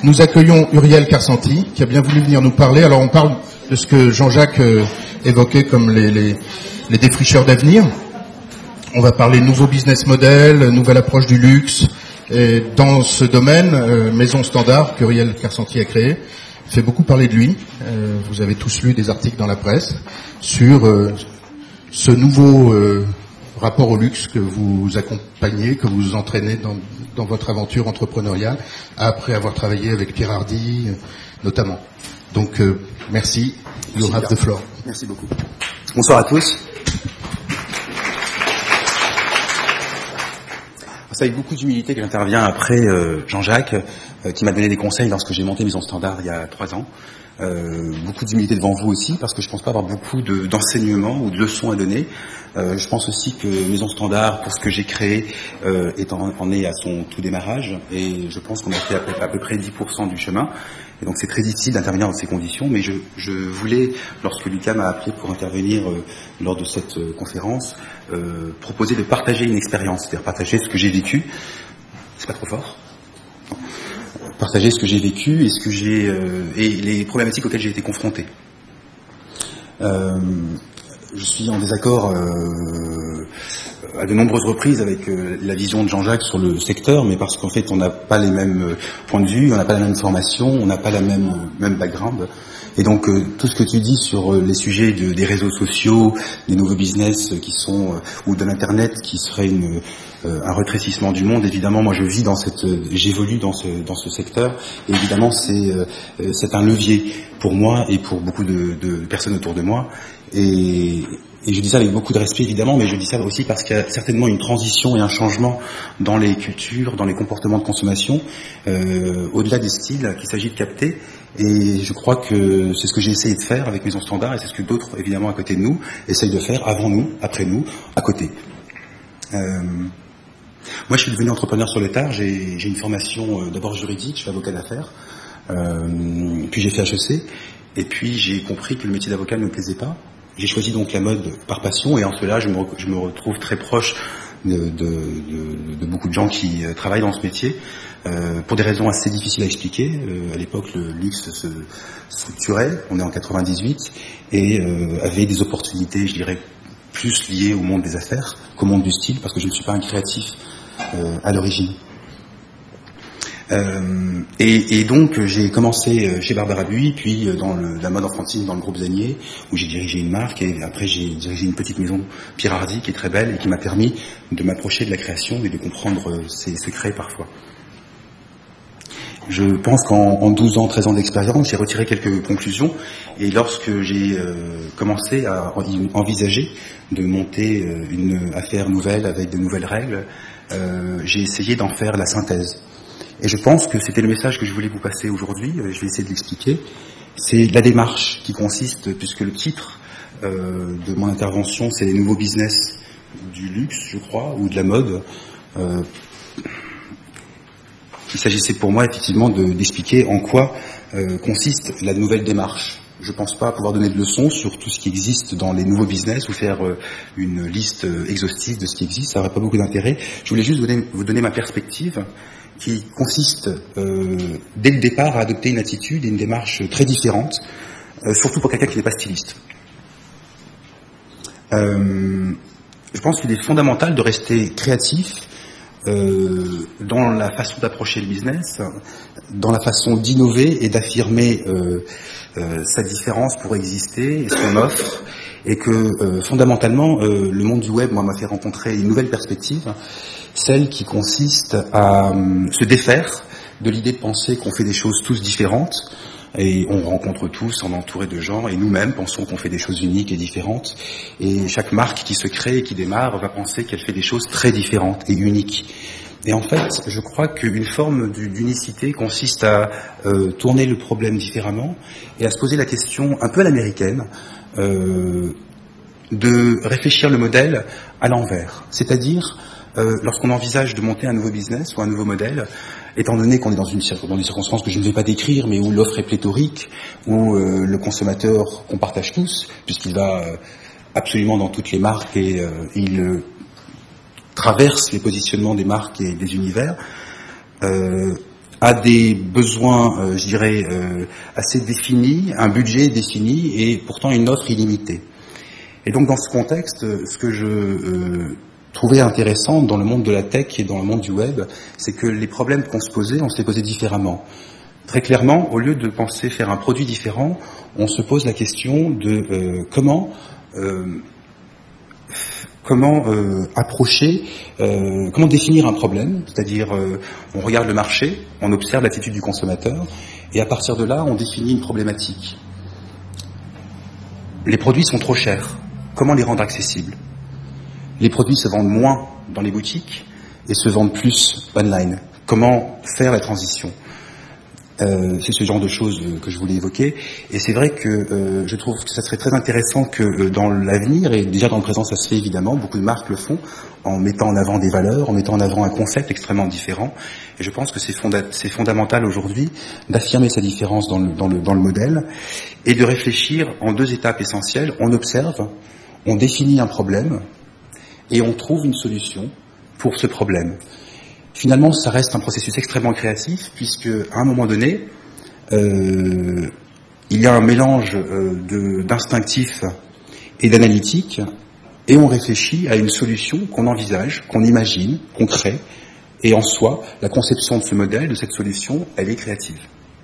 Nous accueillons Uriel Carsanti, qui a bien voulu venir nous parler. Alors on parle de ce que Jean-Jacques évoquait comme les défricheurs d'avenir. On va parler nouveau business model, nouvelle approche du luxe. Et dans ce domaine, Maison Standard, qu'Uriel Carsanti a créé, fait beaucoup parler de lui. Vous avez tous lu des articles dans la presse sur ce nouveau rapport au luxe que vous accompagnez, que vous entraînez dans votre aventure entrepreneuriale, après avoir travaillé avec Pierre Hardy, notamment. Donc, merci. You have the floor. Merci beaucoup. Bonsoir à tous. C'est avec beaucoup d'humilité que j'interviens après Jean-Jacques, qui m'a donné des conseils lorsque j'ai monté Maison Standard il y a 3 ans. Beaucoup d'humilité devant vous aussi, parce que je pense pas avoir beaucoup d'enseignements ou de leçons à donner. Je pense aussi que Maison Standard, pour ce que j'ai créé, en est à son tout démarrage, et je pense qu'on a fait à peu près 10% du chemin. Et donc c'est très difficile d'intervenir dans ces conditions, mais je voulais, lorsque Lucas m'a appelé pour intervenir lors de cette conférence, proposer de partager une expérience, c'est-à-dire partager ce que j'ai vécu. C'est pas trop fort. Partager ce que j'ai vécu et et les problématiques auxquelles j'ai été confronté. Je suis en désaccord à de nombreuses reprises avec la vision de Jean-Jacques sur le secteur, mais parce qu'en fait on n'a pas les mêmes points de vue, on n'a pas la même formation, on n'a pas la même background. Et donc tout ce que tu dis sur les sujets des réseaux sociaux, des nouveaux business qui sont ou de l'internet qui serait un rétrécissement du monde, évidemment moi j'évolue dans ce secteur, et évidemment c'est un levier pour moi et pour beaucoup de personnes autour de moi, et je dis ça avec beaucoup de respect évidemment, mais je dis ça aussi parce qu'il y a certainement une transition et un changement dans les cultures, dans les comportements de consommation, au-delà des styles qu'il s'agit de capter. Et je crois que c'est ce que j'ai essayé de faire avec Maison Standard, et c'est ce que d'autres, évidemment, à côté de nous, essayent de faire avant nous, après nous, à côté. Moi, je suis devenu entrepreneur sur le tard. J'ai une formation d'abord juridique, je suis avocat d'affaires, puis j'ai fait HEC, et puis j'ai compris que le métier d'avocat ne me plaisait pas. J'ai choisi donc la mode par passion, et en cela, je me retrouve très proche de beaucoup de gens qui travaillent dans ce métier, pour des raisons assez difficiles à expliquer. À l'époque, le luxe se structurait, on est en 98, et avait des opportunités, je dirais, plus liées au monde des affaires qu'au monde du style, parce que je ne suis pas un créatif à l'origine. Et donc j'ai commencé chez Barbara Buis, puis dans la mode enfantine dans le groupe Zanier, où j'ai dirigé une marque, et après j'ai dirigé une petite maison Pierre Hardy qui est très belle et qui m'a permis de m'approcher de la création et de comprendre ses secrets parfois. Je pense qu'en 12 ans, 13 ans d'expérience, j'ai retiré quelques conclusions, et lorsque j'ai commencé à envisager de monter une affaire nouvelle avec de nouvelles règles, j'ai essayé d'en faire la synthèse. Et je pense que c'était le message que je voulais vous passer aujourd'hui, je vais essayer de l'expliquer. C'est la démarche qui consiste, puisque le titre de mon intervention, c'est les nouveaux business du luxe, je crois, ou de la mode. Il s'agissait pour moi effectivement d'expliquer en quoi consiste la nouvelle démarche. Je ne pense pas pouvoir donner de leçons sur tout ce qui existe dans les nouveaux business ou faire une liste exhaustive de ce qui existe, ça n'aurait pas beaucoup d'intérêt. Je voulais juste vous donner ma perspective, qui consiste dès le départ à adopter une attitude et une démarche très différente, surtout pour quelqu'un qui n'est pas styliste. Je pense qu'il est fondamental de rester créatif dans la façon d'approcher le business, dans la façon d'innover et d'affirmer sa différence pour exister et son offre, et que fondamentalement le monde du web, moi, m'a fait rencontrer une nouvelle perspective, celle qui consiste à se défaire de l'idée de penser qu'on fait des choses tous différentes, et on rencontre tous, on est entouré de gens, et nous-mêmes pensons qu'on fait des choses uniques et différentes, et chaque marque qui se crée et qui démarre va penser qu'elle fait des choses très différentes et uniques. Et en fait, je crois qu'une forme d'unicité consiste à tourner le problème différemment, et à se poser la question un peu à l'américaine, de réfléchir le modèle à l'envers. C'est-à-dire, lorsqu'on envisage de monter un nouveau business ou un nouveau modèle, étant donné qu'on est dans des circonstances que je ne vais pas décrire, mais où l'offre est pléthorique, où le consommateur, qu'on partage tous, puisqu'il va absolument dans toutes les marques et il traverse les positionnements des marques et des univers, à a des besoins, je dirais, assez définis, un budget défini et pourtant une offre illimitée. Et donc dans ce contexte, ce que je trouvais intéressant dans le monde de la tech et dans le monde du web, c'est que les problèmes qu'on se posait, on se les posait différemment. Très clairement, au lieu de penser faire un produit différent, on se pose la question de comment approcher, comment définir un problème, c'est-à-dire on regarde le marché, on observe l'attitude du consommateur, et à partir de là, on définit une problématique. Les produits sont trop chers, comment les rendre accessibles? Les produits se vendent moins dans les boutiques et se vendent plus online. Comment faire la transition? C'est ce genre de choses que je voulais évoquer, et c'est vrai que je trouve que ça serait très intéressant que dans l'avenir, et déjà dans le présent ça se fait évidemment, beaucoup de marques le font, en mettant en avant des valeurs, en mettant en avant un concept extrêmement différent, et je pense que c'est fondamental aujourd'hui d'affirmer sa différence dans le modèle, et de réfléchir en deux étapes essentielles. On observe, on définit un problème, et on trouve une solution pour ce problème. Finalement, ça reste un processus extrêmement créatif, puisque à un moment donné, il y a un mélange d'instinctif et d'analytique, et on réfléchit à une solution qu'on envisage, qu'on imagine, qu'on crée, et en soi, la conception de ce modèle, de cette solution, elle est créative.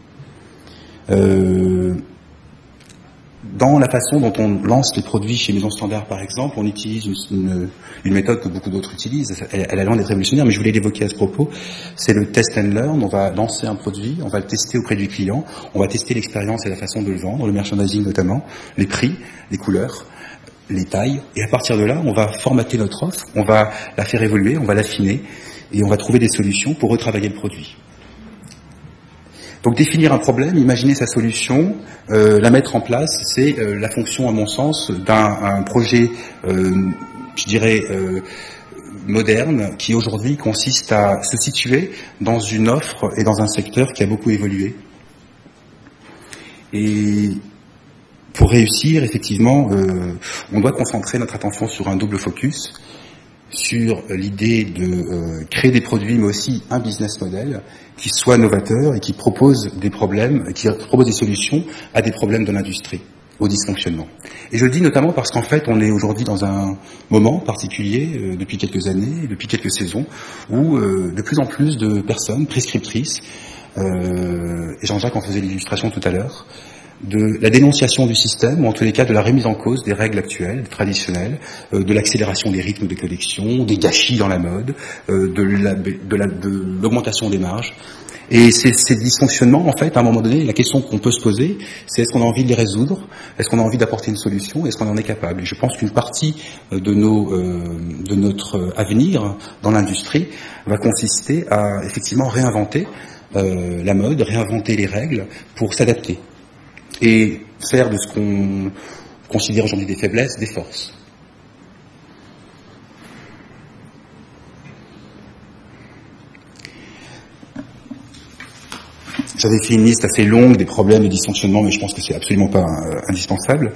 Dans la façon dont on lance les produits chez Maison Standard, par exemple, on utilise une méthode que beaucoup d'autres utilisent. Elle a l'air d'être révolutionnaire, mais je voulais l'évoquer à ce propos. C'est le test and learn. On va lancer un produit, on va le tester auprès du client, on va tester l'expérience et la façon de le vendre, le merchandising notamment, les prix, les couleurs, les tailles. Et à partir de là, on va formater notre offre, on va la faire évoluer, on va l'affiner, et on va trouver des solutions pour retravailler le produit. Donc définir un problème, imaginer sa solution, la mettre en place, c'est la fonction, à mon sens, d'un projet, je dirais, moderne, qui aujourd'hui consiste à se situer dans une offre et dans un secteur qui a beaucoup évolué. Et pour réussir, effectivement, on doit concentrer notre attention sur un double focus, sur l'idée de créer des produits, mais aussi un business model qui soit novateur et qui propose des problèmes, qui propose des solutions à des problèmes de l'industrie, au dysfonctionnement. Et je le dis notamment parce qu'en fait, on est aujourd'hui dans un moment particulier, depuis quelques années, depuis quelques saisons, où de plus en plus de personnes prescriptrices, et Jean-Jacques en faisait l'illustration tout à l'heure, de la dénonciation du système, ou en tous les cas de la remise en cause des règles actuelles, traditionnelles, de l'accélération des rythmes de collection, des gâchis dans la mode, de l'augmentation des marges. Et ces dysfonctionnements, en fait, à un moment donné, la question qu'on peut se poser, c'est est-ce qu'on a envie de les résoudre? Est-ce qu'on a envie d'apporter une solution? Est-ce qu'on en est capable? Et je pense qu'une partie de notre avenir dans l'industrie va consister à effectivement réinventer la mode, réinventer les règles pour s'adapter et faire de ce qu'on considère aujourd'hui des faiblesses, des forces. J'avais fait une liste assez longue des problèmes et dysfonctionnements, mais je pense que c'est absolument pas indispensable.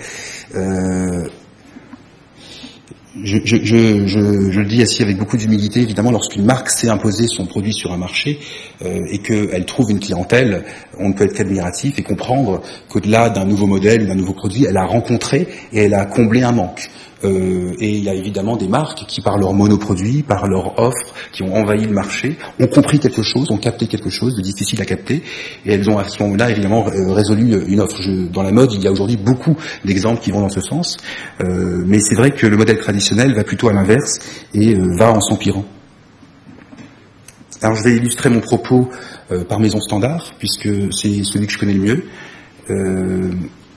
Je le dis assis avec beaucoup d'humilité, évidemment, lorsqu'une marque sait imposer son produit sur un marché et qu'elle trouve une clientèle, on ne peut être qu'admiratif et comprendre qu'au-delà d'un nouveau modèle ou d'un nouveau produit, elle a rencontré et elle a comblé un manque. Et il y a évidemment des marques qui, par leurs monoproduits, par leur offre, qui ont envahi le marché, ont compris quelque chose, ont capté quelque chose de difficile à capter, et elles ont à ce moment-là évidemment résolu une offre. Dans la mode, il y a aujourd'hui beaucoup d'exemples qui vont dans ce sens, mais c'est vrai que le modèle traditionnel va plutôt à l'inverse et va en s'empirant. Alors je vais illustrer mon propos par Maison Standard, puisque c'est celui que je connais le mieux.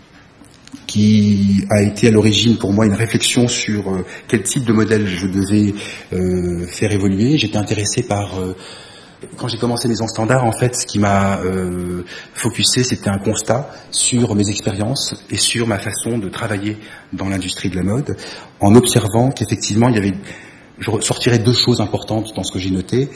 Qui a été à l'origine pour moi une réflexion sur quel type de modèle je devais faire évoluer. J'étais intéressé par... quand j'ai commencé Maison Standard, en fait, ce qui m'a focusé, c'était un constat sur mes expériences et sur ma façon de travailler dans l'industrie de la mode, en observant qu'effectivement, il y avait... Je sortirais deux choses importantes dans ce que j'ai noté.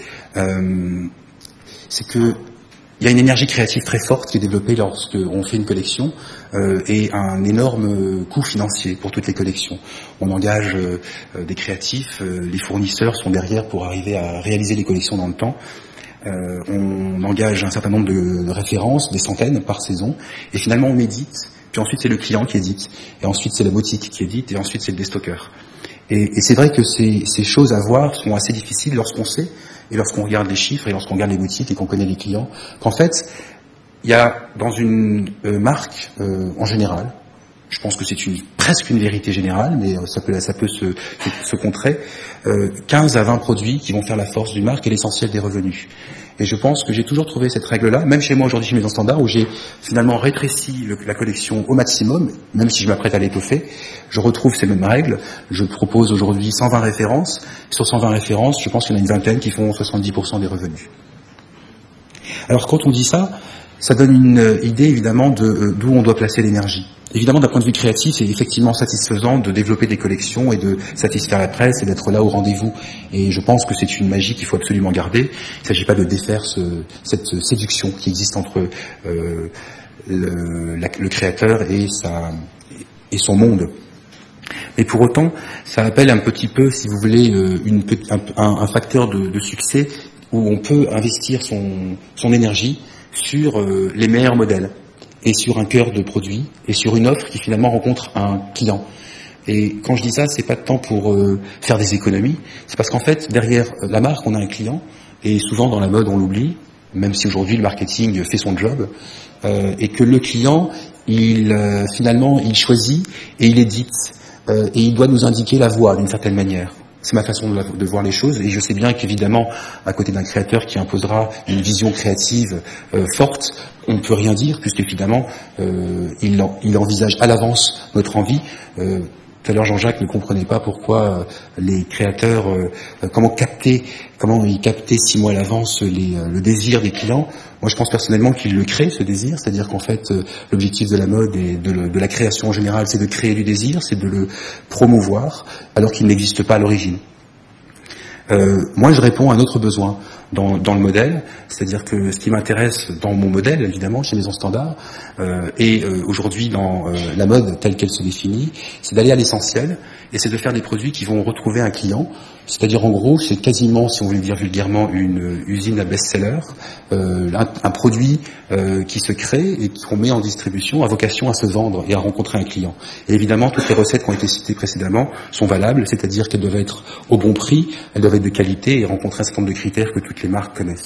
C'est que il y a une énergie créative très forte qui est développée lorsqu'on fait une collection et un énorme coût financier pour toutes les collections. On engage des créatifs, les fournisseurs sont derrière pour arriver à réaliser les collections dans le temps. On engage un certain nombre de références, des centaines par saison, et finalement on édite, puis ensuite c'est le client qui édite, et ensuite c'est la boutique qui édite, et ensuite c'est le déstockeur. Et c'est vrai que ces choses à voir sont assez difficiles lorsqu'on sait, et lorsqu'on regarde les chiffres, et lorsqu'on regarde les boutiques, et qu'on connaît les clients, qu'en fait, il y a dans une marque, en général, je pense que c'est presque une vérité générale, mais ça peut se contrer, 15 à 20 produits qui vont faire la force d'une marque et l'essentiel des revenus. Et je pense que j'ai toujours trouvé cette règle-là, même chez moi aujourd'hui chez Maison Standard, où j'ai finalement rétréci la collection au maximum, même si je m'apprête à l'étoffer, je retrouve ces mêmes règles. Je propose aujourd'hui 120 références. Sur 120 références, je pense qu'il y en a une vingtaine qui font 70% des revenus. Alors quand on dit ça, ça donne une idée évidemment d'où on doit placer l'énergie. Évidemment, d'un point de vue créatif, c'est effectivement satisfaisant de développer des collections et de satisfaire la presse et d'être là au rendez-vous. Et je pense que c'est une magie qu'il faut absolument garder. Il ne s'agit pas de défaire cette séduction qui existe entre le créateur et son monde. Mais pour autant, ça appelle un petit peu, si vous voulez, un facteur de succès où on peut investir son énergie sur les meilleurs modèles et sur un cœur de produit et sur une offre qui finalement rencontre un client. Et quand je dis ça, c'est pas tant pour faire des économies, c'est parce qu'en fait, derrière la marque, on a un client, et souvent dans la mode, on l'oublie, même si aujourd'hui le marketing fait son job, et que le client, finalement, il choisit et il édite, et il doit nous indiquer la voie d'une certaine manière. C'est ma façon de voir les choses, et je sais bien qu'évidemment, à côté d'un créateur qui imposera une vision créative forte, on ne peut rien dire, puisqu'évidemment, il envisage à l'avance notre envie. Tout à l'heure, Jean-Jacques ne comprenait pas pourquoi les créateurs, comment ils captaient 6 mois à l'avance le désir des clients. Moi, je pense personnellement qu'ils le créent, ce désir, c'est-à-dire qu'en fait, l'objectif de la mode et de la création en général, c'est de créer du désir, c'est de le promouvoir, alors qu'il n'existe pas à l'origine. Moi, je réponds à un autre besoin dans le modèle, c'est-à-dire que ce qui m'intéresse dans mon modèle, évidemment, chez Maison Standard, et aujourd'hui dans la mode telle qu'elle se définit, c'est d'aller à l'essentiel, et c'est de faire des produits qui vont retrouver un client, c'est-à-dire en gros, c'est quasiment, si on veut le dire vulgairement, une usine à best-seller, un produit qui se crée et qu'on met en distribution a vocation à se vendre et à rencontrer un client. Et évidemment, toutes les recettes qui ont été citées précédemment sont valables, c'est-à-dire qu'elles doivent être au bon prix, elles doivent être de qualité et rencontrer un certain nombre de critères que toutes les marques connaissent.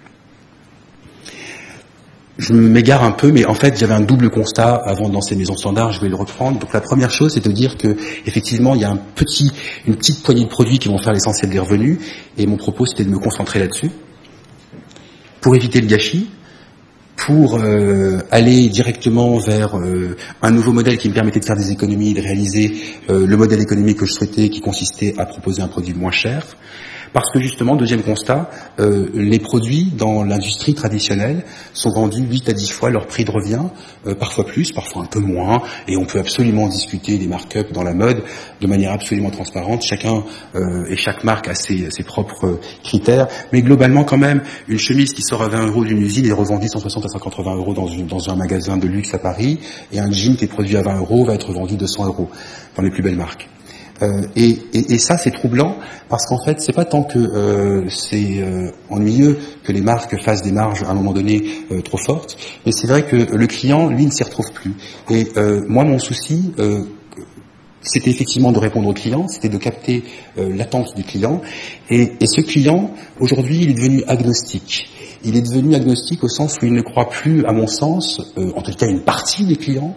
Je m'égare un peu, mais en fait, j'avais un double constat avant de lancer Maison Standard, je vais le reprendre. Donc la première chose, c'est de dire que effectivement, il y a une petite poignée de produits qui vont faire l'essentiel des revenus, et mon propos, c'était de me concentrer là-dessus, pour éviter le gâchis, pour aller directement vers un nouveau modèle qui me permettait de faire des économies, de réaliser le modèle économique que je souhaitais, qui consistait à proposer un produit moins cher. Parce que justement, deuxième constat, les produits dans l'industrie traditionnelle sont vendus 8 à 10 fois leur prix de revient, parfois plus, parfois un peu moins, et on peut absolument discuter des markups dans la mode de manière absolument transparente. Chacun et chaque marque a ses propres critères, mais globalement quand même, une chemise qui sort à 20 € d'une usine est revendue 160 à 180 € dans un magasin de luxe à Paris, et un jean qui est produit à 20 € va être vendu 200 € dans les plus belles marques. Et ça, c'est troublant, parce qu'en fait, c'est pas tant que c'est ennuyeux que les marques fassent des marges à un moment donné trop fortes, mais c'est vrai que le client, lui, ne s'y retrouve plus. Et moi, mon souci, c'était effectivement de répondre au client, c'était de capter l'attente du client. Et ce client, aujourd'hui, il est devenu agnostique. Il est devenu agnostique au sens où il ne croit plus, à mon sens, en tout cas une partie des clients,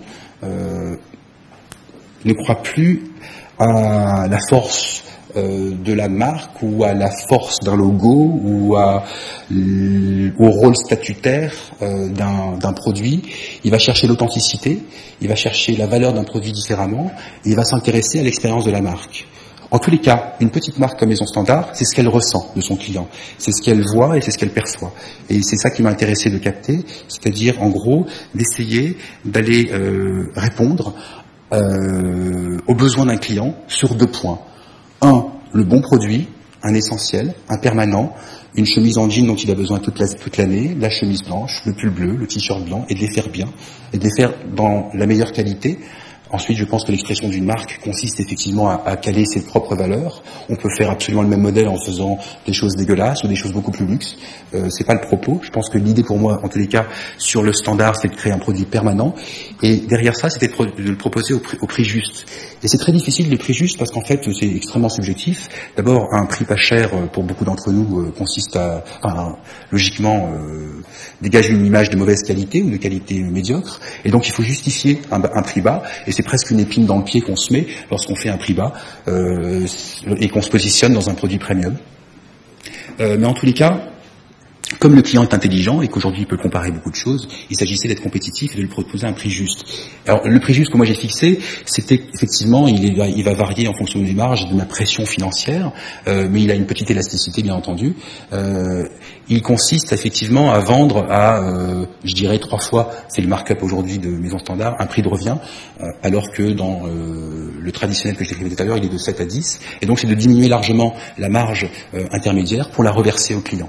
ne croit plus à la force de la marque, ou à la force d'un logo, ou au rôle statutaire d'un produit. Il va chercher l'authenticité, il va chercher la valeur d'un produit différemment, et il va s'intéresser à l'expérience de la marque. En tous les cas, une petite marque comme Maison Standard, c'est ce qu'elle ressent de son client, c'est ce qu'elle voit et c'est ce qu'elle perçoit. Et c'est ça qui m'a intéressé de capter, c'est-à-dire en gros d'essayer d'aller répondre aux besoins d'un client sur 2 points. 1, le bon produit, un essentiel, un permanent, une chemise en jean dont il a besoin toute l'année, la chemise blanche, le pull bleu, le t-shirt blanc, et de les faire bien, et de les faire dans la meilleure qualité, Ensuite, je pense que l'expression d'une marque consiste effectivement à caler ses propres valeurs. On peut faire absolument le même modèle en faisant des choses dégueulasses ou des choses beaucoup plus luxe. C'est pas le propos. Je pense que l'idée pour moi, en tous les cas, sur le standard, c'est de créer un produit permanent. Et derrière ça, c'était de le proposer au prix juste. Et c'est très difficile le prix juste parce qu'en fait, c'est extrêmement subjectif. D'abord, un prix pas cher pour beaucoup d'entre nous consiste à, logiquement, dégager une image de mauvaise qualité ou de qualité médiocre. Et donc, il faut justifier un prix bas. Et c'est presque une épine dans le pied qu'on se met lorsqu'on fait un prix bas et qu'on se positionne dans un produit premium. Mais en tous les cas, comme le client est intelligent et qu'aujourd'hui il peut comparer beaucoup de choses, il s'agissait d'être compétitif et de lui proposer un prix juste. Alors le prix juste que moi j'ai fixé, c'était effectivement, il va varier en fonction des marges et de ma pression financière, mais il a une petite élasticité bien entendu. Il consiste effectivement à vendre à, je dirais 3 fois, c'est le markup aujourd'hui de Maison Standard, un prix de revient, alors que dans le traditionnel que je décrivais tout à l'heure, il est de 7 à 10, et donc c'est de diminuer largement la marge intermédiaire pour la reverser au client.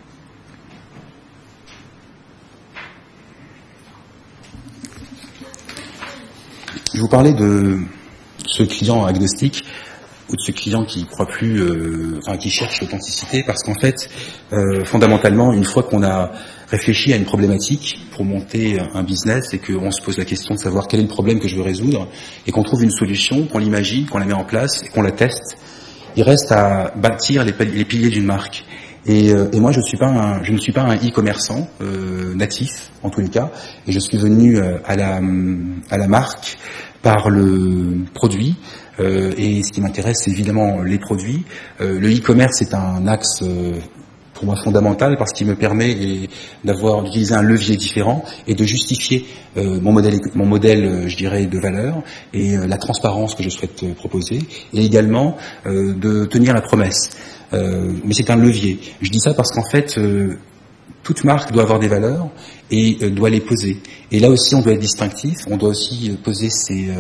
Je vous parlais de ce client agnostique ou de ce client qui croit plus, qui cherche l'authenticité, parce qu'en fait, fondamentalement, une fois qu'on a réfléchi à une problématique pour monter un business et qu'on se pose la question de savoir quel est le problème que je veux résoudre et qu'on trouve une solution, qu'on l'imagine, qu'on la met en place et qu'on la teste, il reste à bâtir les piliers d'une marque. Et moi, je ne suis pas un e-commerçant natif en tous les cas, et je suis venu à la marque par le produit. Et ce qui m'intéresse, c'est évidemment les produits. Le e-commerce est un axe pour moi fondamental parce qu'il me permet d'utiliser un levier différent et de justifier mon modèle, je dirais, de valeur et la transparence que je souhaite proposer, et également de tenir la promesse. Mais c'est un levier. Je dis ça parce qu'en fait, toute marque doit avoir des valeurs et doit les poser. Et là aussi, on doit être distinctif. On doit aussi poser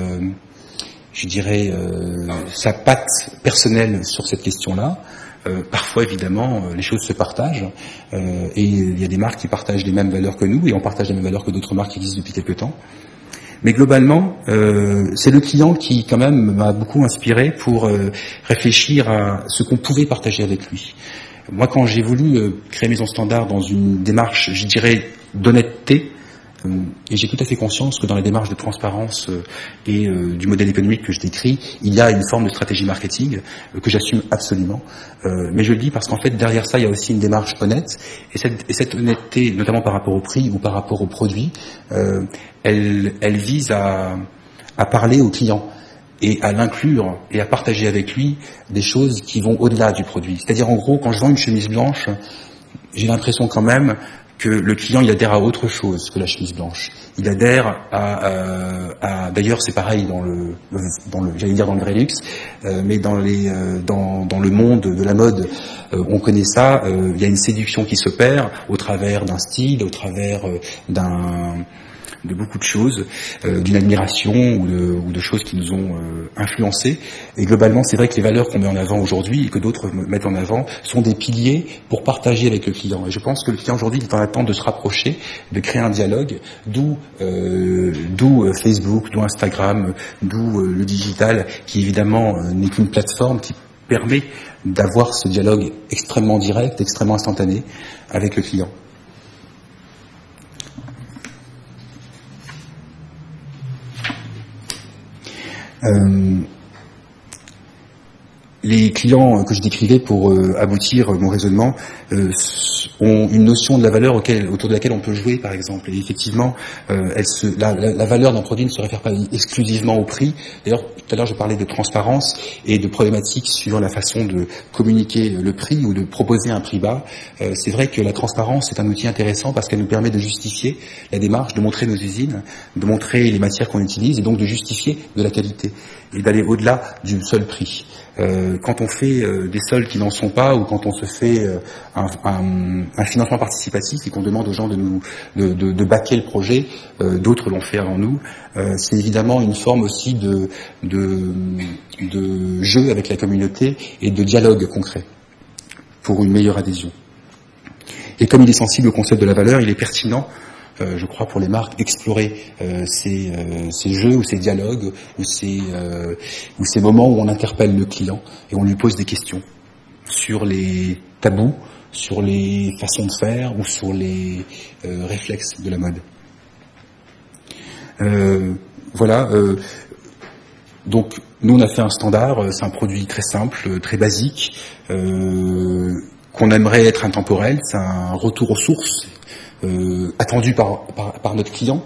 sa patte personnelle sur cette question-là. Parfois, évidemment, les choses se partagent. Et il y a des marques qui partagent les mêmes valeurs que nous, et on partage les mêmes valeurs que d'autres marques qui existent depuis quelque temps. Mais globalement, c'est le client qui, quand même, m'a beaucoup inspiré pour réfléchir à ce qu'on pouvait partager avec lui. Moi, quand j'ai voulu créer Maison Standard dans une démarche, je dirais, d'honnêteté, et j'ai tout à fait conscience que dans la démarche de transparence et du modèle économique que je décris, il y a une forme de stratégie marketing que j'assume absolument. Mais je le dis parce qu'en fait, derrière ça, il y a aussi une démarche honnête. Et cette honnêteté, notamment par rapport au prix ou par rapport au produit, elle vise à parler au client et à l'inclure et à partager avec lui des choses qui vont au-delà du produit. C'est-à-dire, en gros, quand je vends une chemise blanche, j'ai l'impression quand même que le client, il adhère à autre chose que la chemise blanche. Il adhère à d'ailleurs, c'est pareil j'allais dire dans le vrai luxe, mais dans le monde de la mode, on connaît ça. Il y a une séduction qui s'opère au travers d'un style, au travers de beaucoup de choses, d'une admiration ou de choses qui nous ont influencés. Et globalement, c'est vrai que les valeurs qu'on met en avant aujourd'hui et que d'autres mettent en avant sont des piliers pour partager avec le client. Et je pense que le client aujourd'hui est en attente de se rapprocher, de créer un dialogue, d'où Facebook, d'où Instagram, d'où le digital, qui évidemment n'est qu'une plateforme qui permet d'avoir ce dialogue extrêmement direct, extrêmement instantané avec le client. Les clients que je décrivais pour aboutir mon raisonnement ont une notion de la valeur autour de laquelle on peut jouer, par exemple. Et effectivement, la valeur d'un produit ne se réfère pas exclusivement au prix. D'ailleurs, tout à l'heure, je parlais de transparence et de problématiques suivant la façon de communiquer le prix ou de proposer un prix bas. C'est vrai que la transparence est un outil intéressant parce qu'elle nous permet de justifier la démarche, de montrer nos usines, de montrer les matières qu'on utilise et donc de justifier de la qualité et d'aller au-delà du seul prix. Quand on fait des soldes qui n'en sont pas, ou quand on se fait un financement participatif et qu'on demande aux gens de backer le projet, d'autres l'ont fait avant nous, c'est évidemment une forme aussi de jeu avec la communauté et de dialogue concret pour une meilleure adhésion. Et comme il est sensible au concept de la valeur, il est pertinent je crois, pour les marques, explorer ces jeux ou ces dialogues ou ces moments où on interpelle le client et on lui pose des questions sur les tabous, sur les façons de faire ou sur les réflexes de la mode. Voilà. Donc, nous, on a fait un standard. C'est un produit très simple, très basique, qu'on aimerait être intemporel. C'est un retour aux sources attendu par notre client.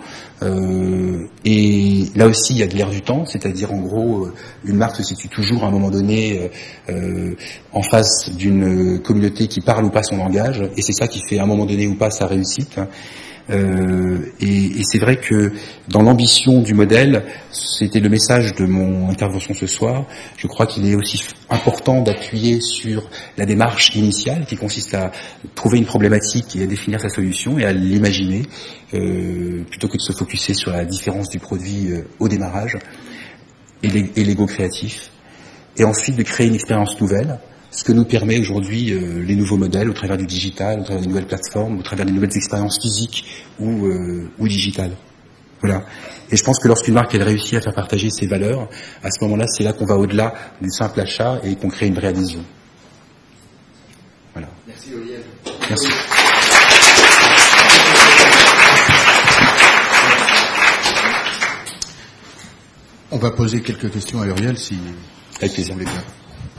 Et là aussi, il y a de l'air du temps, c'est-à-dire en gros, une marque se situe toujours à un moment donné en face d'une communauté qui parle ou pas son langage, et c'est ça qui fait à un moment donné ou pas sa réussite. Et c'est vrai que dans l'ambition du modèle, c'était le message de mon intervention ce soir, je crois qu'il est aussi important d'appuyer sur la démarche initiale qui consiste à trouver une problématique et à définir sa solution et à l'imaginer, plutôt que de se focuser sur la différence du produit au démarrage et l'ego créatif, et ensuite de créer une expérience nouvelle, ce que nous permet aujourd'hui les nouveaux modèles au travers du digital, au travers des nouvelles plateformes, au travers des nouvelles expériences physiques ou digitales. Voilà. Et je pense que lorsqu'une marque elle réussit à faire partager ses valeurs, à ce moment-là, c'est là qu'on va au-delà du simple achat et qu'on crée une vraie adhésion. Voilà. Merci Olivier. Merci. On va poser quelques questions à Uriel si avec plaisir. vous voulez bien.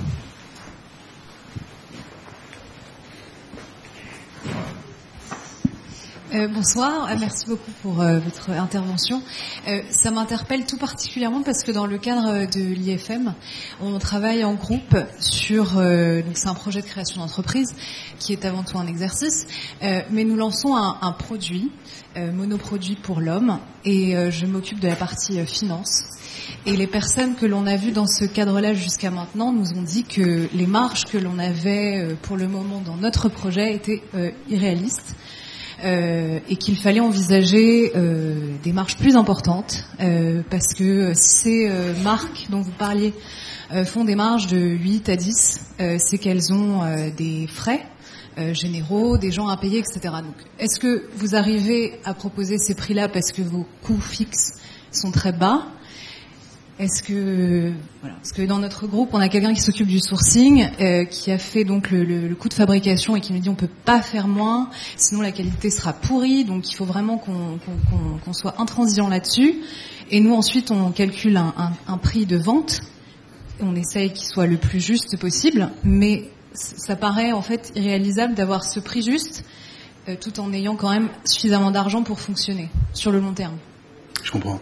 Bonsoir, merci beaucoup pour votre intervention. Ça m'interpelle tout particulièrement parce que dans le cadre de l'IFM, on travaille en groupe sur, donc c'est un projet de création d'entreprise qui est avant tout un exercice, mais nous lançons un produit, monoproduit pour l'homme, et je m'occupe de la partie finance. Et les personnes que l'on a vues dans ce cadre-là jusqu'à maintenant nous ont dit que les marges que l'on avait pour le moment dans notre projet étaient irréalistes. Et qu'il fallait envisager des marges plus importantes, parce que si ces marques dont vous parliez font des marges de 8 à 10, c'est qu'elles ont des frais généraux, des gens à payer, etc. Donc, est-ce que vous arrivez à proposer ces prix-là parce que vos coûts fixes sont très bas ? Est-ce que, voilà, parce que dans notre groupe, on a quelqu'un qui s'occupe du sourcing, qui a fait donc le coût de fabrication et qui nous dit on peut pas faire moins, sinon la qualité sera pourrie, donc il faut vraiment qu'on soit intransigeant là-dessus. Et nous ensuite, on calcule un prix de vente, et on essaye qu'il soit le plus juste possible, mais ça paraît en fait irréalisable d'avoir ce prix juste, tout en ayant quand même suffisamment d'argent pour fonctionner sur le long terme. Je comprends.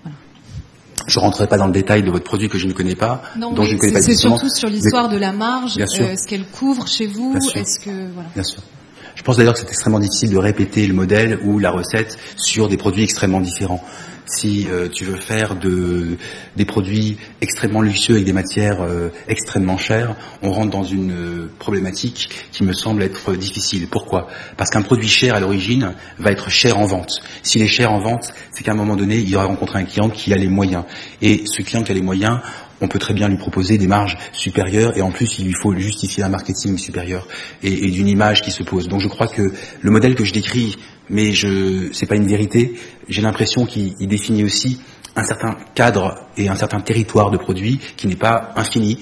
Je ne rentrerai pas dans le détail de votre produit que je ne connais pas, non, dont je ne connais pas c'est justement. surtout sur l'histoire de la marge, ce qu'elle couvre chez vous, est-ce que voilà. Bien sûr. Je pense d'ailleurs que c'est extrêmement difficile de répéter le modèle ou la recette sur des produits extrêmement différents. Si tu veux faire des produits extrêmement luxueux avec des matières extrêmement chères, on rentre dans une problématique qui me semble être difficile. Pourquoi ? Parce qu'un produit cher à l'origine va être cher en vente. S'il est cher en vente, c'est qu'à un moment donné, il aura rencontré un client qui a les moyens. Et ce client qui a les moyens, on peut très bien lui proposer des marges supérieures, et en plus il lui faut justifier un marketing supérieur et d'une image qui se pose. Donc je crois que le modèle que je décris, mais c'est pas une vérité, j'ai l'impression qu'il définit aussi un certain cadre et un certain territoire de produits qui n'est pas infini,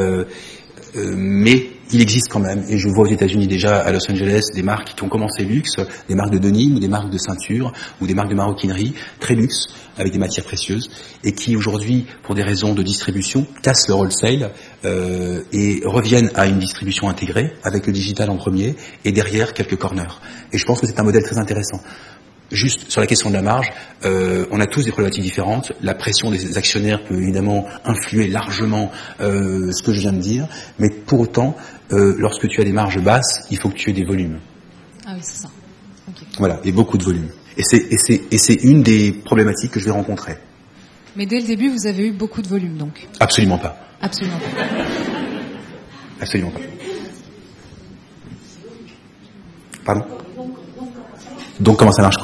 mais il existe quand même, et je vois aux États-Unis déjà, à Los Angeles, des marques qui ont commencé luxe, des marques de denim, ou des marques de ceinture, ou des marques de maroquinerie, très luxe, avec des matières précieuses, et qui aujourd'hui, pour des raisons de distribution, cassent leur wholesale et reviennent à une distribution intégrée, avec le digital en premier, et derrière quelques corners. Et je pense que c'est un modèle très intéressant. Juste sur la question de la marge, on a tous des problématiques différentes. La pression des actionnaires peut évidemment influer largement ce que je viens de dire, mais pour autant, lorsque tu as des marges basses, il faut que tu aies des volumes. Ah oui, c'est ça. Okay. Voilà, et beaucoup de volumes. Et c'est une des problématiques que je vais rencontrer. Mais dès le début, vous avez eu beaucoup de volume, donc ? Absolument pas. Absolument pas. Absolument pas. Pardon ? Donc comment ça marche quoi ?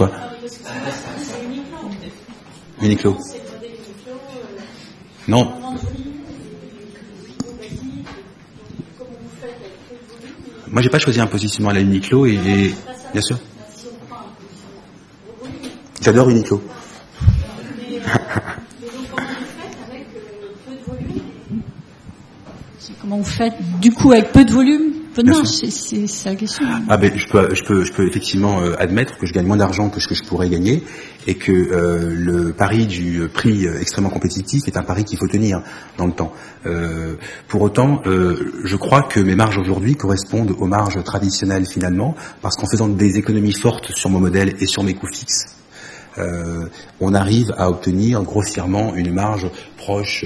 Uniqlo. Non. Moi j'ai pas choisi un positionnement à la Uniqlo et bien sûr. J'adore Uniqlo. Comment vous faites du coup avec peu de volume, peu de marge, c'est la question. Ah ben je peux effectivement admettre que je gagne moins d'argent que ce que je pourrais gagner et que le pari du prix extrêmement compétitif est un pari qu'il faut tenir dans le temps. Pour autant, je crois que mes marges aujourd'hui correspondent aux marges traditionnelles finalement, parce qu'en faisant des économies fortes sur mon modèle et sur mes coûts fixes, on arrive à obtenir grossièrement une marge proche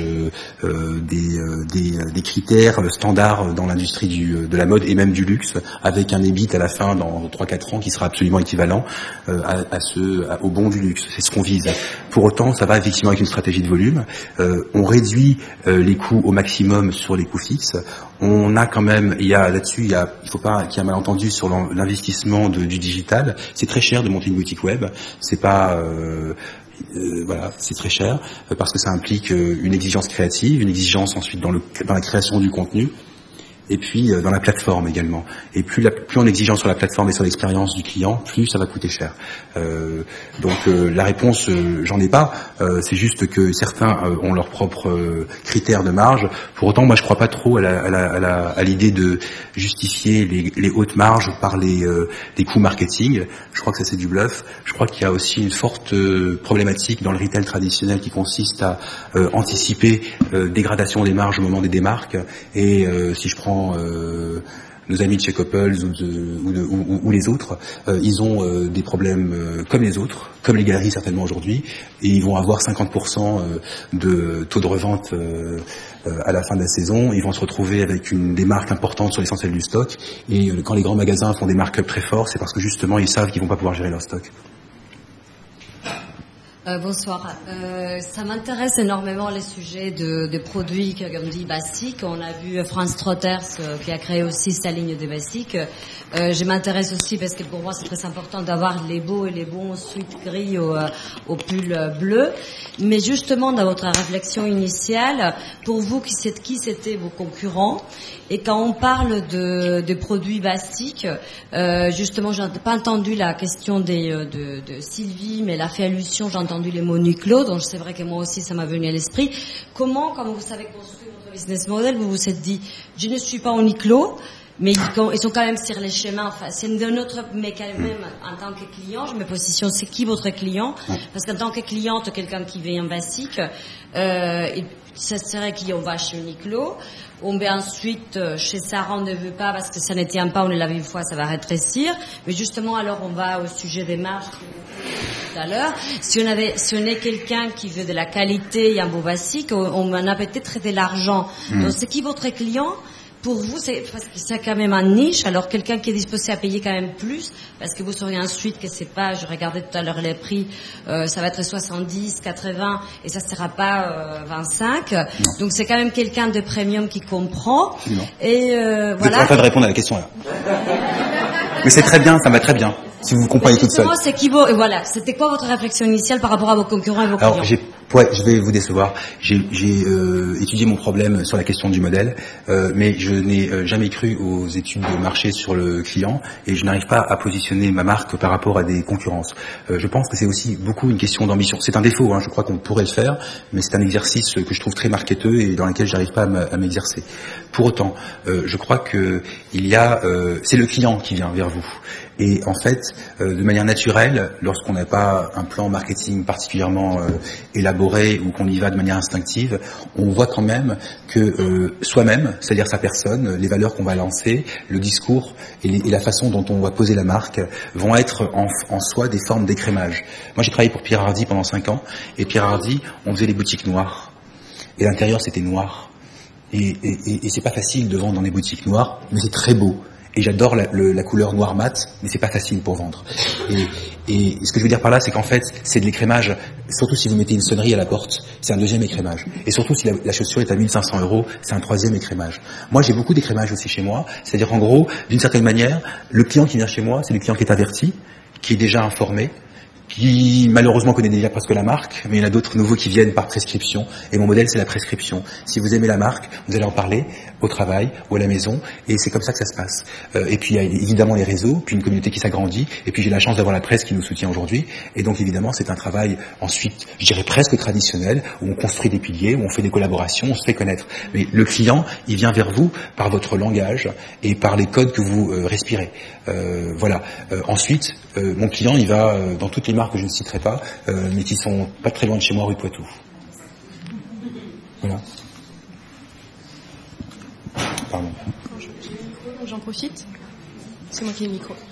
des critères standards dans l'industrie de la mode et même du luxe, avec un EBIT à la fin dans 3-4 ans qui sera absolument équivalent au bon du luxe. C'est ce qu'on vise. Pour autant, ça va effectivement avec une stratégie de volume. On réduit les coûts au maximum sur les coûts fixes. On a quand même, il faut pas qu'il y ait un malentendu sur l'investissement du digital. C'est très cher de monter une boutique web. C'est pas voilà, c'est très cher parce que ça implique une exigence créative, une exigence ensuite dans la création du contenu, et puis dans la plateforme également. Et plus on exige sur la plateforme et sur l'expérience du client, plus ça va coûter cher. Donc la réponse, j'en ai pas. C'est juste que certains ont leurs propres critères de marge. Pour autant, moi, je crois pas trop à l'idée de justifier les hautes marges par les coûts marketing. Je crois que ça, c'est du bluff. Je crois qu'il y a aussi une forte problématique dans le retail traditionnel qui consiste à anticiper dégradation des marges au moment des démarques. Et si je prends nos amis de chez Coppels ou les autres, ils ont des problèmes comme les autres, comme les galeries certainement aujourd'hui, et ils vont avoir 50% de taux de revente à la fin de la saison. Ils vont se retrouver avec des marques importantes sur l'essentiel du stock, et quand les grands magasins font des markups très forts, c'est parce que justement ils savent qu'ils vont pas pouvoir gérer leur stock. Bonsoir. Ça m'intéresse énormément les sujets de produits, comme dit, basiques. On a vu Franz Trotters qui a créé aussi sa ligne de basiques. Je m'intéresse aussi parce que pour moi c'est très important d'avoir les beaux et les bons suites gris au pull bleu. Mais justement, dans votre réflexion initiale, pour vous, qui c'était vos concurrents? Et quand on parle de produits basiques, justement, j'ai pas entendu la question de Sylvie, mais elle a fait allusion, j'ai entendu les mots Uniqlo, donc c'est vrai que moi aussi ça m'a venu à l'esprit. Comment, quand vous savez construire votre business model, vous vous êtes dit, je ne suis pas Uniqlo, mais ils sont quand même sur les chemins. Enfin, c'est de notre, mais quand même, en tant que client, je me positionne, c'est qui votre client? Parce qu'en tant que cliente, quelqu'un qui veut un basique, ça serait qui on va chez Uniqlo. On va ensuite chez Sarah, on ne veut pas parce que ça ne tient pas, on l'a vu une fois, ça va rétrécir. Mais justement, alors on va au sujet des marges tout à l'heure. Si on est quelqu'un qui veut de la qualité et un beau basique, on en a peut-être traité l'argent. Donc c'est qui votre client? Pour vous, c'est quand même un niche, alors quelqu'un qui est disposé à payer quand même plus, parce que vous saurez ensuite que c'est pas, je regardais tout à l'heure les prix, ça va être 70, 80, et ça sera pas 25. Non. Donc c'est quand même quelqu'un de premium qui comprend. Non. Et voilà. Vous n'êtes pas de répondre à la question là. Mais c'est très bien, ça va très bien. Si vous comprenez toute seule. C'est qui et voilà. C'était quoi votre réflexion initiale par rapport à vos concurrents et vos clients? Alors, je vais vous décevoir. J'ai étudié mon problème sur la question du modèle, mais je n'ai jamais cru aux études de marché sur le client, et je n'arrive pas à positionner ma marque par rapport à des concurrences. Je pense que c'est aussi beaucoup une question d'ambition. C'est un défaut, je crois qu'on pourrait le faire, mais c'est un exercice que je trouve très marketeux et dans lequel j'arrive pas à m'exercer. Pour autant, je crois que c'est le client qui vient vers vous. Et en fait, de manière naturelle, lorsqu'on n'a pas un plan marketing particulièrement élaboré ou qu'on y va de manière instinctive, on voit quand même que soi-même, c'est-à-dire sa personne, les valeurs qu'on va lancer, le discours et la façon dont on va poser la marque vont être en soi des formes d'écrémage. Moi, j'ai travaillé pour Pierre Hardy pendant 5 ans, et Pierre Hardy, on faisait des boutiques noires. Et l'intérieur, c'était noir. Et c'est pas facile de vendre dans des boutiques noires, mais c'est très beau. Et j'adore la couleur noir mat, mais c'est pas facile pour vendre. Et ce que je veux dire par là, c'est qu'en fait, c'est de l'écrémage. Surtout si vous mettez une sonnerie à la porte, c'est un deuxième écrémage. Et surtout si la chaussure est à 1500 €, c'est un troisième écrémage. Moi, j'ai beaucoup d'écrémage aussi chez moi. C'est-à-dire qu'en gros, d'une certaine manière, le client qui vient chez moi, c'est le client qui est averti, qui est déjà informé, qui malheureusement connaît déjà presque la marque, mais il y en a d'autres nouveaux qui viennent par prescription, et mon modèle c'est la prescription. Si vous aimez la marque, vous allez en parler au travail ou à la maison, et c'est comme ça que ça se passe. Et puis il y a évidemment les réseaux, puis une communauté qui s'agrandit, et puis j'ai la chance d'avoir la presse qui nous soutient aujourd'hui, et donc évidemment c'est un travail ensuite, je dirais presque traditionnel, où on construit des piliers, où on fait des collaborations, on se fait connaître. Mais le client, il vient vers vous par votre langage et par les codes que vous respirez. Voilà. Ensuite, mon client, il va dans toutes les marques que je ne citerai pas, mais qui sont pas très loin de chez moi, rue Poitou. Voilà. Pardon. J'en profite. C'est moi qui ai le micro.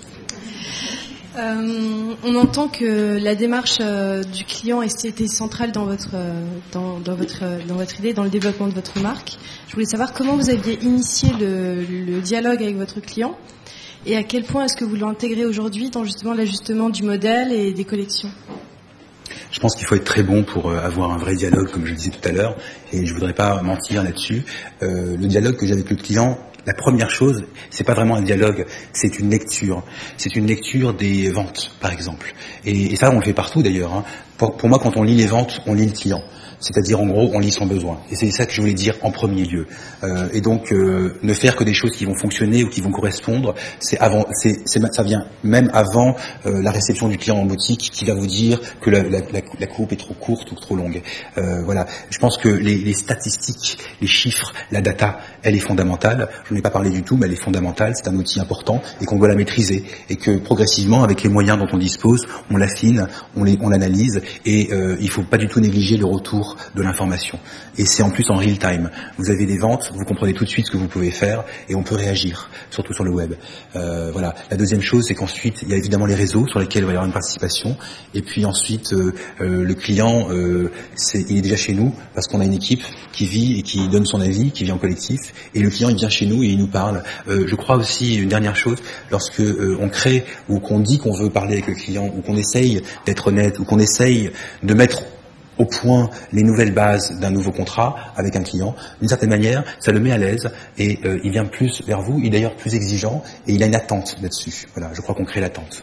On entend que la démarche du client était centrale dans votre idée, dans le développement de votre marque. Je voulais savoir comment vous aviez initié le dialogue avec votre client et à quel point est-ce que vous l'intégrez aujourd'hui dans justement l'ajustement du modèle et des collections. Je pense qu'il faut être très bon pour avoir un vrai dialogue, comme je le disais tout à l'heure, et je voudrais pas mentir là-dessus. Le dialogue que j'ai avec le client, la première chose, c'est pas vraiment un dialogue, c'est une lecture. C'est une lecture des ventes, par exemple. Et ça, on le fait partout d'ailleurs. Hein. Pour moi, quand on lit les ventes, on lit le client. C'est-à-dire, en gros, on lit son besoin. Et c'est ça que je voulais dire en premier lieu. Et donc, ne faire que des choses qui vont fonctionner ou qui vont correspondre, ça vient même avant la réception du client en boutique qui va vous dire que la coupe est trop courte ou trop longue. Voilà. Je pense que les statistiques, les chiffres, la data, elle est fondamentale. Je n'en ai pas parlé du tout, mais elle est fondamentale. C'est un outil important et qu'on doit la maîtriser. Et que progressivement, avec les moyens dont on dispose, on l'affine, on l'analyse. Et il faut pas du tout négliger le retour de l'information. Et c'est en plus en real time. Vous avez des ventes, vous comprenez tout de suite ce que vous pouvez faire et on peut réagir, surtout sur le web. Voilà. La deuxième chose, c'est qu'ensuite, il y a évidemment les réseaux sur lesquels il va y avoir une participation. Et puis ensuite, le client, il est déjà chez nous parce qu'on a une équipe qui vit et qui donne son avis, qui vit en collectif. Et le client, il vient chez nous et il nous parle. Je crois aussi, une dernière chose, lorsque on crée ou qu'on dit qu'on veut parler avec le client ou qu'on essaye d'être honnête ou qu'on essaye de mettre au point les nouvelles bases d'un nouveau contrat avec un client, d'une certaine manière, ça le met à l'aise et il vient plus vers vous, il est d'ailleurs plus exigeant et il a une attente là-dessus. Voilà, je crois qu'on crée l'attente.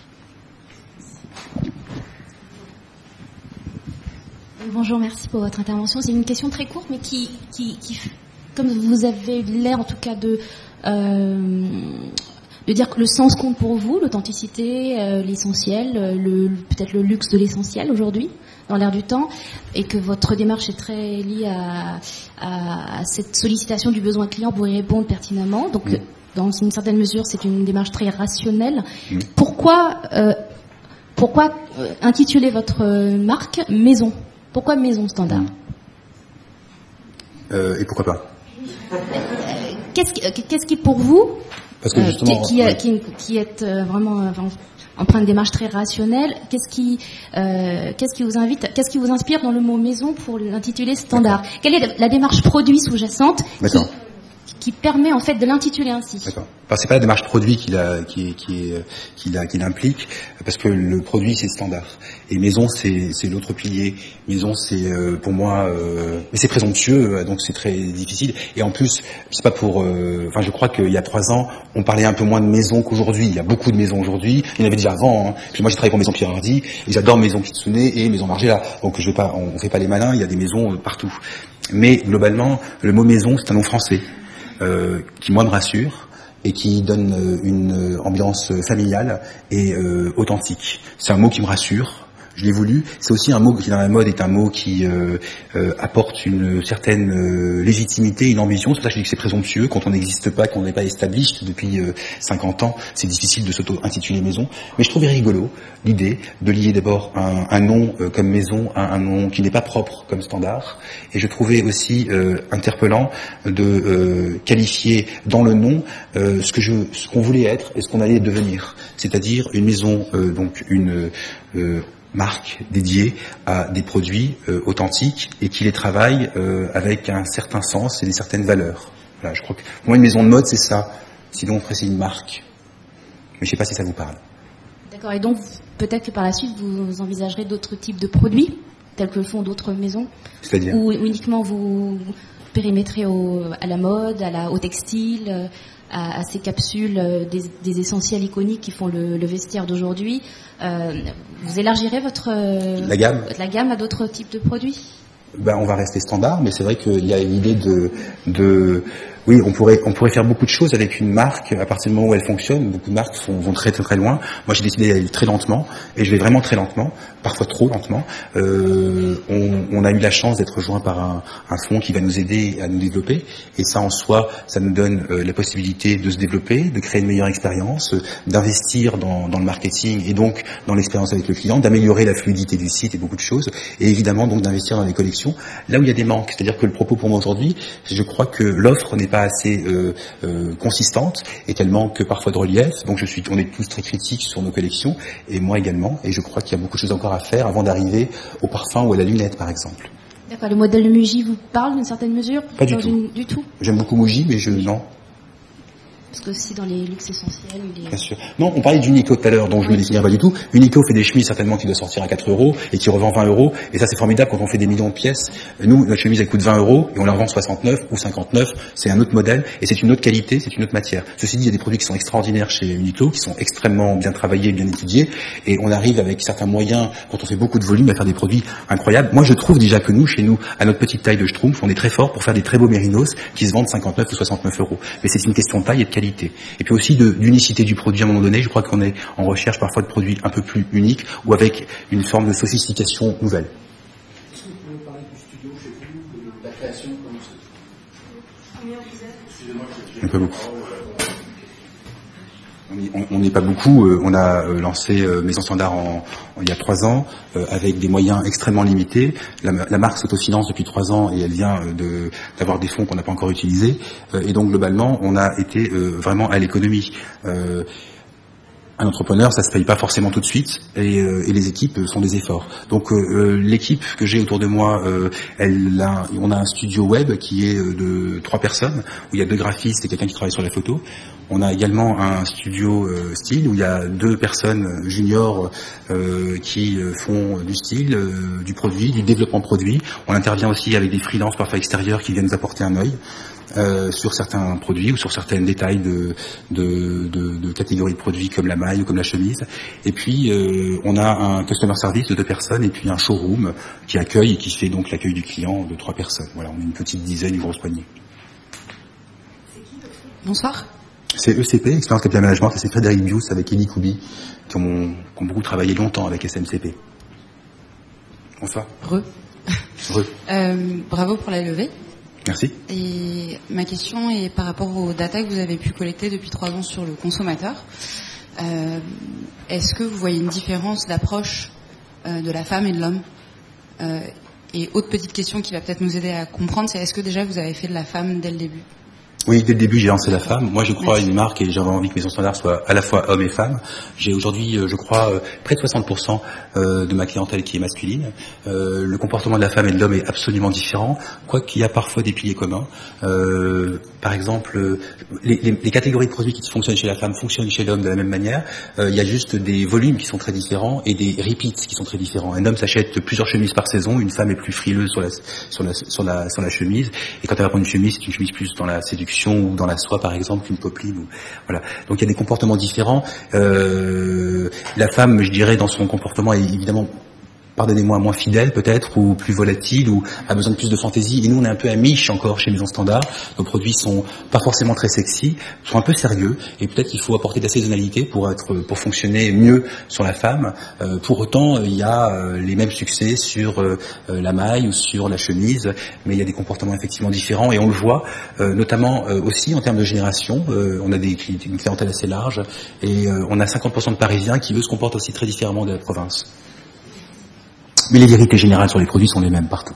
Bonjour, merci pour votre intervention. C'est une question très courte, mais qui comme vous avez l'air en tout cas de dire que le sens compte pour vous, l'authenticité, l'essentiel, peut-être le luxe de l'essentiel aujourd'hui, dans l'air du temps, et que votre démarche est très liée à cette sollicitation du besoin client pour y répondre pertinemment. Donc, dans une certaine mesure, c'est une démarche très rationnelle. Pourquoi intituler votre marque Maison ? Pourquoi Maison Standard ? Et pourquoi pas ? Qu'est-ce qui pour vous, parce que justement, qui est vraiment empreinte de démarche très rationnelle, qu'est-ce qui vous inspire dans le mot maison pour l'intituler Standard ? Quelle est la démarche produit sous-jacente qui permet en fait de l'intituler ainsi ? D'accord. Enfin, c'est pas la démarche produit qui l'implique, parce que le produit c'est standard. Et maison c'est l'autre pilier. Maison c'est pour moi, mais c'est présomptueux, donc c'est très difficile. Et en plus, c'est pas pour. Enfin, je crois qu'il y a 3 ans, on parlait un peu moins de maison qu'aujourd'hui. Il y a beaucoup de maisons aujourd'hui. Il y en avait déjà avant. Hein. Puis moi, j'ai travaillé pour Maison Pierre Hardy, et j'adore Maison Kitsune et Maison Margiela. Donc on fait pas les malins. Il y a des maisons partout. Mais globalement, le mot maison, c'est un nom français qui moi me rassure et qui donne une ambiance familiale et authentique. C'est un mot qui me rassure. Je l'ai voulu. C'est aussi un mot qui, dans la mode, est un mot qui apporte une certaine légitimité, une ambition. C'est pour ça que je dis que c'est présomptueux. Quand on n'existe pas, qu'on n'est pas établi depuis 50 ans, c'est difficile de s'auto-intituler maison. Mais je trouvais rigolo l'idée de lier d'abord un nom comme maison à un nom qui n'est pas propre comme Standard. Et je trouvais aussi interpellant de qualifier dans le nom ce qu'on voulait être et ce qu'on allait devenir. C'est-à-dire une maison, donc une marque dédiée à des produits authentiques et qui les travaille avec un certain sens et des certaines valeurs. Voilà, je crois que pour moi une maison de mode c'est ça. Sinon après c'est une marque. Mais je sais pas si ça vous parle. D'accord. Et donc peut-être que par la suite vous envisagerez d'autres types de produits tels que le font d'autres maisons. C'est-à-dire ou uniquement vous périmétrez à la mode, au textile. à ces capsules des essentiels iconiques qui font le vestiaire d'aujourd'hui. Vous élargirez la gamme à d'autres types de produits? On va rester standard, mais c'est vrai qu'il y a une idée oui, on pourrait faire beaucoup de choses avec une marque à partir du moment où elle fonctionne. Beaucoup de marques vont très très très loin. Moi, j'ai décidé d'aller très lentement, et je vais vraiment très lentement, parfois trop lentement. On a eu la chance d'être rejoint par un fonds qui va nous aider à nous développer, et ça en soi, ça nous donne la possibilité de se développer, de créer une meilleure expérience, d'investir dans le marketing et donc dans l'expérience avec le client, d'améliorer la fluidité du site et beaucoup de choses, et évidemment donc d'investir dans les collections là où il y a des manques. C'est-à-dire que le propos pour moi aujourd'hui, je crois que l'offre n'est pas assez consistante et qu'elle manque parfois de relief. Donc on est tous très critiques sur nos collections, et moi également, et je crois qu'il y a beaucoup de choses encore à faire avant d'arriver au parfum ou à la lunette par exemple. D'accord, le modèle de Muji vous parle d'une certaine mesure? Pas du tout. Du tout. J'aime beaucoup Muji, mais non. Parce que aussi dans les luxes essentiels, Bien sûr. Non, on parlait d'Uniqlo tout à l'heure, donc je me définirais pas du tout. Uniqlo fait des chemises certainement qui doivent sortir à 4 € et qui revend 20 €, et ça c'est formidable quand on fait des millions de pièces. Nous, notre chemise elle coûte 20 € et on la revend 69 ou 59, c'est un autre modèle et c'est une autre qualité, c'est une autre matière. Ceci dit, il y a des produits qui sont extraordinaires chez Uniqlo, qui sont extrêmement bien travaillés, bien étudiés, et on arrive avec certains moyens, quand on fait beaucoup de volume, à faire des produits incroyables. Moi je trouve déjà que nous, chez nous, à notre petite taille de Schtroumpf, on est très fort pour faire des très beaux mérinos qui se vendent 59 ou 69 €. Mais c'est une question de taille et de qualité. Et puis aussi d'unicité du produit à un moment donné. Je crois qu'on est en recherche parfois de produits un peu plus uniques ou avec une forme de sophistication nouvelle. Est-ce que vous pouvez parler du studio chez vous, de la création, comment c'est? Un peu beaucoup. On n'est pas beaucoup. On a lancé Maison Standard il y a 3 ans avec des moyens extrêmement limités. La marque s'autofinance depuis 3 ans et elle vient d'avoir des fonds qu'on n'a pas encore utilisés. Et donc globalement, on a été vraiment à l'économie. Un entrepreneur, ça se paye pas forcément tout de suite, et les équipes font des efforts. Donc l'équipe que j'ai autour de moi, on a un studio web qui est de 3 personnes, où il y a 2 graphistes et quelqu'un qui travaille sur la photo. On a également un studio style où il y a 2 personnes juniors qui font du style, du produit, du développement produit. On intervient aussi avec des freelances parfois extérieurs qui viennent nous apporter un œil sur certains produits ou sur certains détails de catégories de produits comme la maille ou comme la chemise. Et puis on a un customer service de 2 personnes et puis un showroom qui accueille et qui fait donc l'accueil du client de 3 personnes. Voilà, on a une petite dizaine, une grosse poignée. Bonsoir. C'est ECP, Expérience Capital Management, et c'est Frédéric Bius avec Elie Koubi qui ont beaucoup travaillé longtemps avec SMCP. Bonsoir. Bravo pour la levée. Merci. Et ma question est par rapport aux data que vous avez pu collecter depuis 3 ans sur le consommateur. Est-ce que vous voyez une différence d'approche de la femme et de l'homme? Et autre petite question qui va peut-être nous aider à comprendre, c'est est-ce que déjà vous avez fait de la femme dès le début? Oui, dès le début, j'ai lancé la femme. Moi, je crois à une marque et j'avais envie que Maison Standard soit à la fois homme et femme. J'ai aujourd'hui, je crois, près de 60% de ma clientèle qui est masculine. Le comportement de la femme et de l'homme est absolument différent, quoiqu'il y a parfois des piliers communs. Par exemple, les catégories de produits qui fonctionnent chez la femme fonctionnent chez l'homme de la même manière. Il y a juste des volumes qui sont très différents et des repeats qui sont très différents. Un homme s'achète plusieurs chemises par saison, une femme est plus frileuse sur la chemise. Et quand elle va prendre une chemise, c'est une chemise plus dans la séduction ou dans la soie par exemple qu'une popeline. Voilà. Donc il y a des comportements différents. La femme, je dirais, dans son comportement est évidemment, pardonnez-moi, moins fidèle peut-être, ou plus volatile, ou a besoin de plus de fantaisie. Et nous, on est un peu à miche encore chez Maison Standard. Nos produits sont pas forcément très sexy, sont un peu sérieux, et peut-être qu'il faut apporter de la saisonnalité pour fonctionner mieux sur la femme. Pour autant, il y a les mêmes succès sur la maille ou sur la chemise, mais il y a des comportements effectivement différents, et on le voit, notamment aussi en termes de génération. On a une clientèle assez large, et on a 50% de Parisiens qui, eux, se comportent aussi très différemment de la province. Mais les vérités générales sur les produits sont les mêmes partout.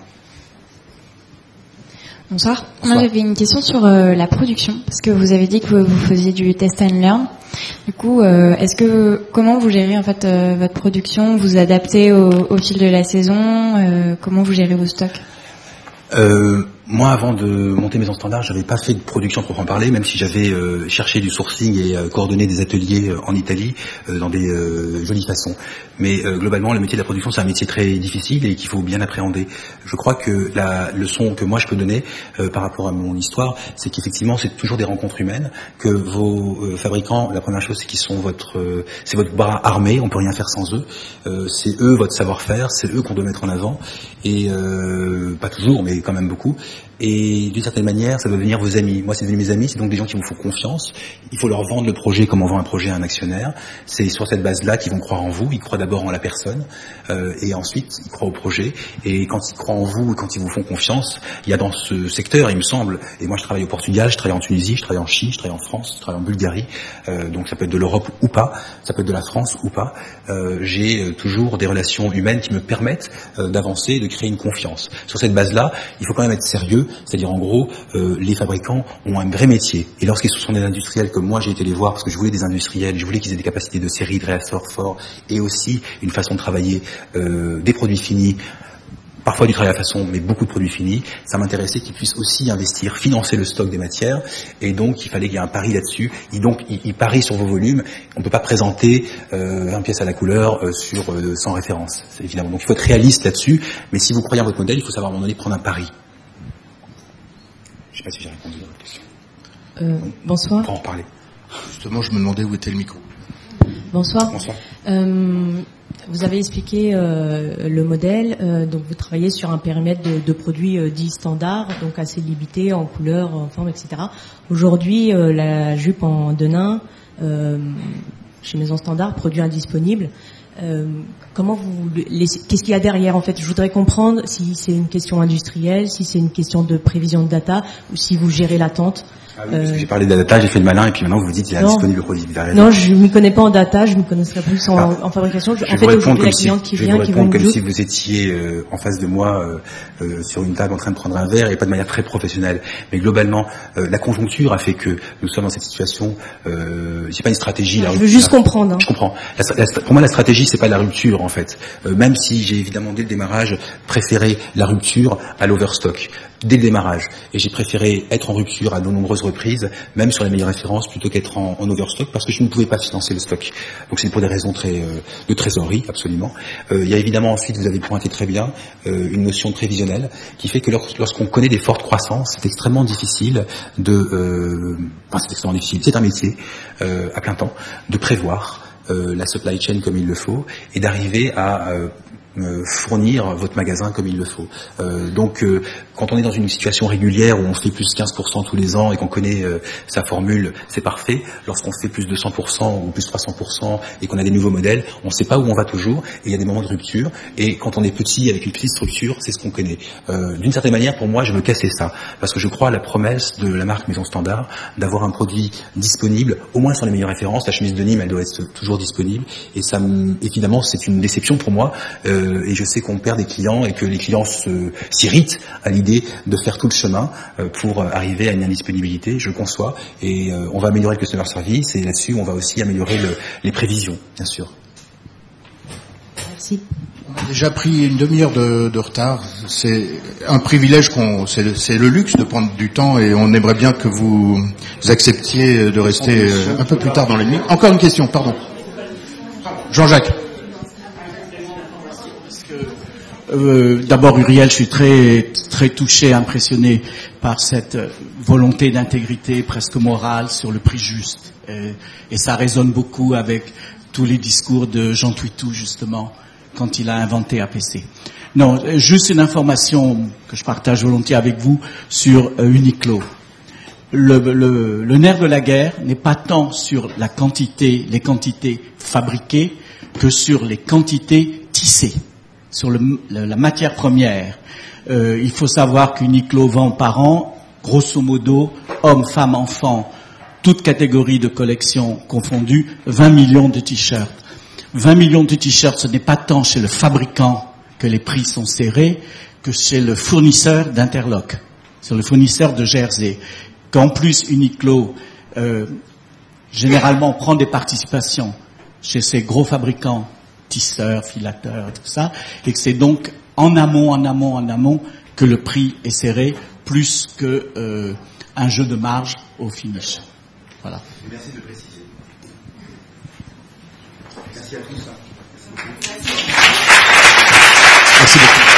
Bonsoir. Moi, j'avais une question sur la production, parce que vous avez dit que vous faisiez du test and learn. Du coup, comment vous gérez en fait votre production? Vous adaptez au fil de la saison? Comment vous gérez vos stocks? Moi, avant de monter Maison Standard, j'avais pas fait de production proprement parler, même si j'avais cherché du sourcing et coordonné des ateliers en Italie dans des jolies façons. Mais globalement, le métier de la production, c'est un métier très difficile et qu'il faut bien appréhender. Je crois que la leçon que moi je peux donner par rapport à mon histoire, c'est qu'effectivement, c'est toujours des rencontres humaines, que vos fabricants, la première chose, c'est qu'ils sont c'est votre bras armé, on peut rien faire sans eux. C'est eux votre savoir-faire, c'est eux qu'on doit mettre en avant. Et pas toujours, mais quand même beaucoup. Et d'une certaine manière, ça doit devenir vos amis. Moi, c'est devenu mes amis, c'est donc des gens qui vous font confiance. Il faut leur vendre le projet comme on vend un projet à un actionnaire. C'est sur cette base-là qu'ils vont croire en vous. Ils croient d'abord en la personne, et ensuite ils croient au projet. Et quand ils croient en vous et quand ils vous font confiance, il y a dans ce secteur, il me semble, et moi je travaille au Portugal, je travaille en Tunisie, je travaille en Chine, je travaille en France, je travaille en Bulgarie, donc ça peut être de l'Europe ou pas, ça peut être de la France ou pas. J'ai toujours des relations humaines qui me permettent d'avancer, de créer une confiance. Sur cette base-là, il faut quand même être sérieux. C'est-à-dire, en gros, les fabricants ont un vrai métier. Et lorsqu'ils sont des industriels comme moi, j'ai été les voir parce que je voulais des industriels, je voulais qu'ils aient des capacités de série, de réassort fort, et aussi une façon de travailler des produits finis, parfois du travail à la façon, mais beaucoup de produits finis. Ça m'intéressait qu'ils puissent aussi investir, financer le stock des matières, et donc il fallait qu'il y ait un pari là-dessus. Ils parient sur vos volumes. On ne peut pas présenter 20 pièces à la couleur sans référence, évidemment. Donc il faut être réaliste là-dessus, mais si vous croyez en votre modèle, il faut savoir à un moment donné prendre un pari. Je ne sais pas si j'ai répondu à votre question. Bonsoir. On peut en reparler. Justement, je me demandais où était le micro. Bonsoir. Bonsoir. Vous avez expliqué le modèle. Donc, vous travaillez sur un périmètre de produits dits standards, donc assez limité en couleur, en forme, etc. Aujourd'hui, la jupe en denain, chez Maison Standard, produit indisponible. Qu'est-ce qu'il y a derrière en fait? Je voudrais comprendre si c'est une question industrielle, si c'est une question de prévision de data ou si vous gérez l'attente. Ah oui, parce que j'ai parlé de la data, j'ai fait le malin et puis maintenant vous vous dites il est indisponible le produit. Non, je m'y connais pas en data, je me connaisserais plus en fabrication. Je vais vous répondre comme si vous étiez en face de moi sur une table en train de prendre un verre et pas de manière très professionnelle. Mais globalement, la conjoncture a fait que nous sommes dans cette situation. C'est pas une stratégie. Je veux juste comprendre. Je comprends. Pour moi, la stratégie, c'est pas la rupture en fait. Même si j'ai évidemment dès le démarrage préféré la rupture à l'overstock. Dès le démarrage. Et j'ai préféré être en rupture à de nombreuses reprises, même sur les meilleures références, plutôt qu'être en overstock, parce que je ne pouvais pas financer le stock. Donc c'est pour des raisons de trésorerie, absolument. Il y a évidemment ensuite, vous avez pointé très bien, une notion prévisionnelle, qui fait que lorsqu'on connaît des fortes croissances, c'est extrêmement difficile c'est un métier à plein temps, de prévoir la supply chain comme il le faut, et d'arriver à fournir votre magasin comme il le faut. Donc, quand on est dans une situation régulière où on fait plus 15% tous les ans et qu'on connaît sa formule, c'est parfait. Lorsqu'on fait plus de 100% ou plus 300% et qu'on a des nouveaux modèles, on ne sait pas où on va toujours et il y a des moments de rupture. Et quand on est petit, avec une petite structure, c'est ce qu'on connaît. D'une certaine manière, pour moi, je veux casser ça parce que je crois à la promesse de la marque Maison Standard d'avoir un produit disponible, au moins sur les meilleures références. La chemise de Nîmes, elle doit être toujours disponible. Et ça, évidemment, c'est une déception pour moi. Et je sais qu'on perd des clients et que les clients s'irritent à l'idée de faire tout le chemin pour arriver à une indisponibilité. Je conçois et on va améliorer le customer service et là-dessus on va aussi améliorer les prévisions, bien sûr. Merci. On a déjà pris une demi-heure de retard. C'est un privilège c'est le luxe de prendre du temps et on aimerait bien que vous acceptiez de rester un peu plus tard dans la nuit. Encore une question, pardon. Jean-Jacques. D'abord, Uriel, je suis très touché, impressionné par cette volonté d'intégrité presque morale sur le prix juste. Et ça résonne beaucoup avec tous les discours de Jean Twitou, justement, quand il a inventé APC. Non, juste une information que je partage volontiers avec vous sur Uniqlo. Le nerf de la guerre n'est pas tant sur les quantités fabriquées que sur les quantités tissées. Sur la matière première. Il faut savoir qu'Uniqlo vend par an, grosso modo, hommes, femmes, enfants, toutes catégories de collections confondues, 20 millions de t-shirts. 20 millions de t-shirts, ce n'est pas tant chez le fabricant que les prix sont serrés, que chez le fournisseur d'interlock, sur le fournisseur de jersey. Qu'en plus Uniqlo, généralement, prend des participations chez ces gros fabricants, tisseurs, filateurs, tout ça, et que c'est donc en amont que le prix est serré plus que un jeu de marge au finish. Voilà. Merci de préciser. Merci à tous. Merci beaucoup.